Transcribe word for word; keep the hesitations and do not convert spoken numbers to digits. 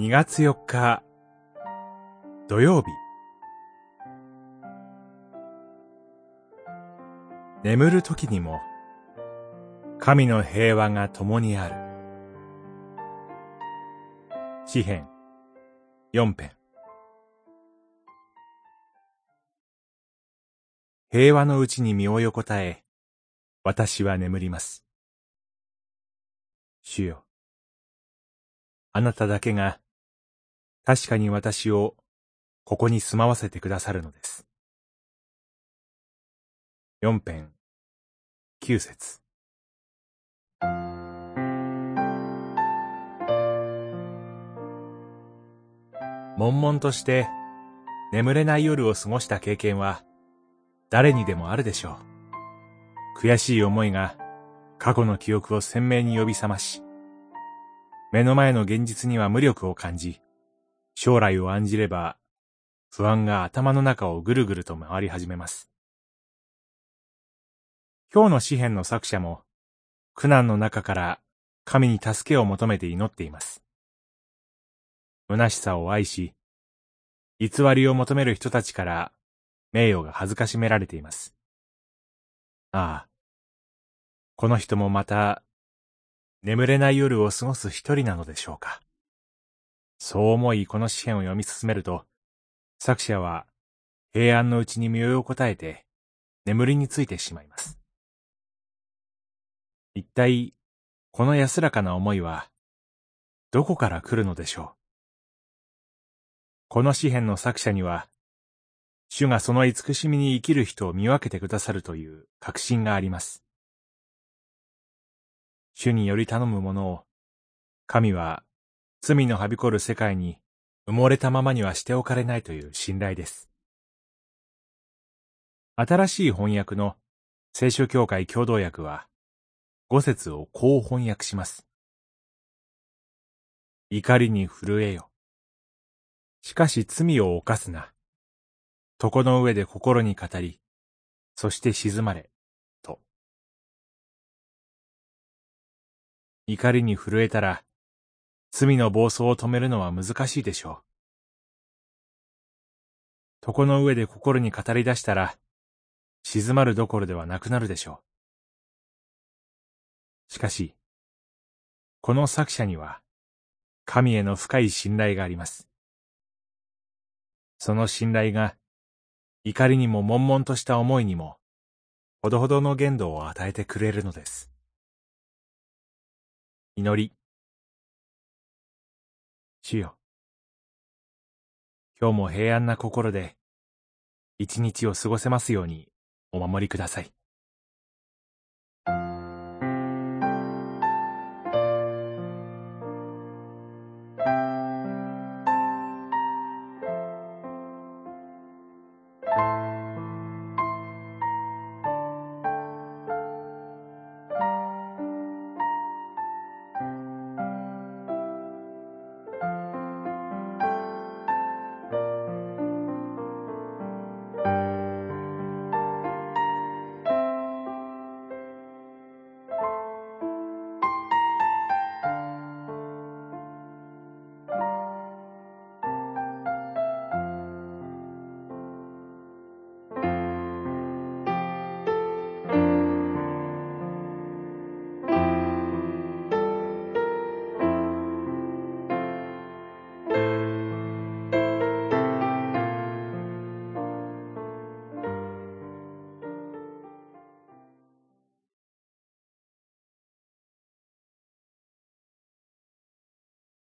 にがつよっか土曜日。眠る時にも神の平和が共にある。詩編よん編。平和のうちに身を横たえ、私は眠ります。主よ、あなただけが確かに私をここに住まわせてくださるのです。よん編きゅう節。悶々として眠れない夜を過ごした経験は誰にでもあるでしょう。悔しい思いが過去の記憶を鮮明に呼び覚まし、目の前の現実には無力を感じ、将来を案じれば不安が頭の中をぐるぐると回り始めます。今日の詩編の作者も苦難の中から神に助けを求めて祈っています。虚しさを愛し、偽りを求める人たちから名誉が恥ずかしめられています。ああ、この人もまた眠れない夜を過ごす一人なのでしょうか。そう思いこの詩編を読み進めると、作者は平安のうちに身を横たえて眠りについてしまいます。一体この安らかな思いはどこから来るのでしょう。この詩編の作者には、主がその慈しみに生きる人を見分けてくださるという確信があります。主により頼む者を、神は罪のはびこる世界に埋もれたままにはしておかれないという信頼です。新しい翻訳の聖書教会共同訳は、五節をこう翻訳します。怒りに震えよ。しかし罪を犯すな。床の上で心に語り、そして静まれ、と。怒りに震えたら、罪の暴走を止めるのは難しいでしょう。床の上で心に語り出したら、静まるどころではなくなるでしょう。しかし、この作者には、神への深い信頼があります。その信頼が、怒りにも悶々とした思いにも、ほどほどの限度を与えてくれるのです。祈り。主よ、今日も平安な心で、一日を過ごせますようにお守りください。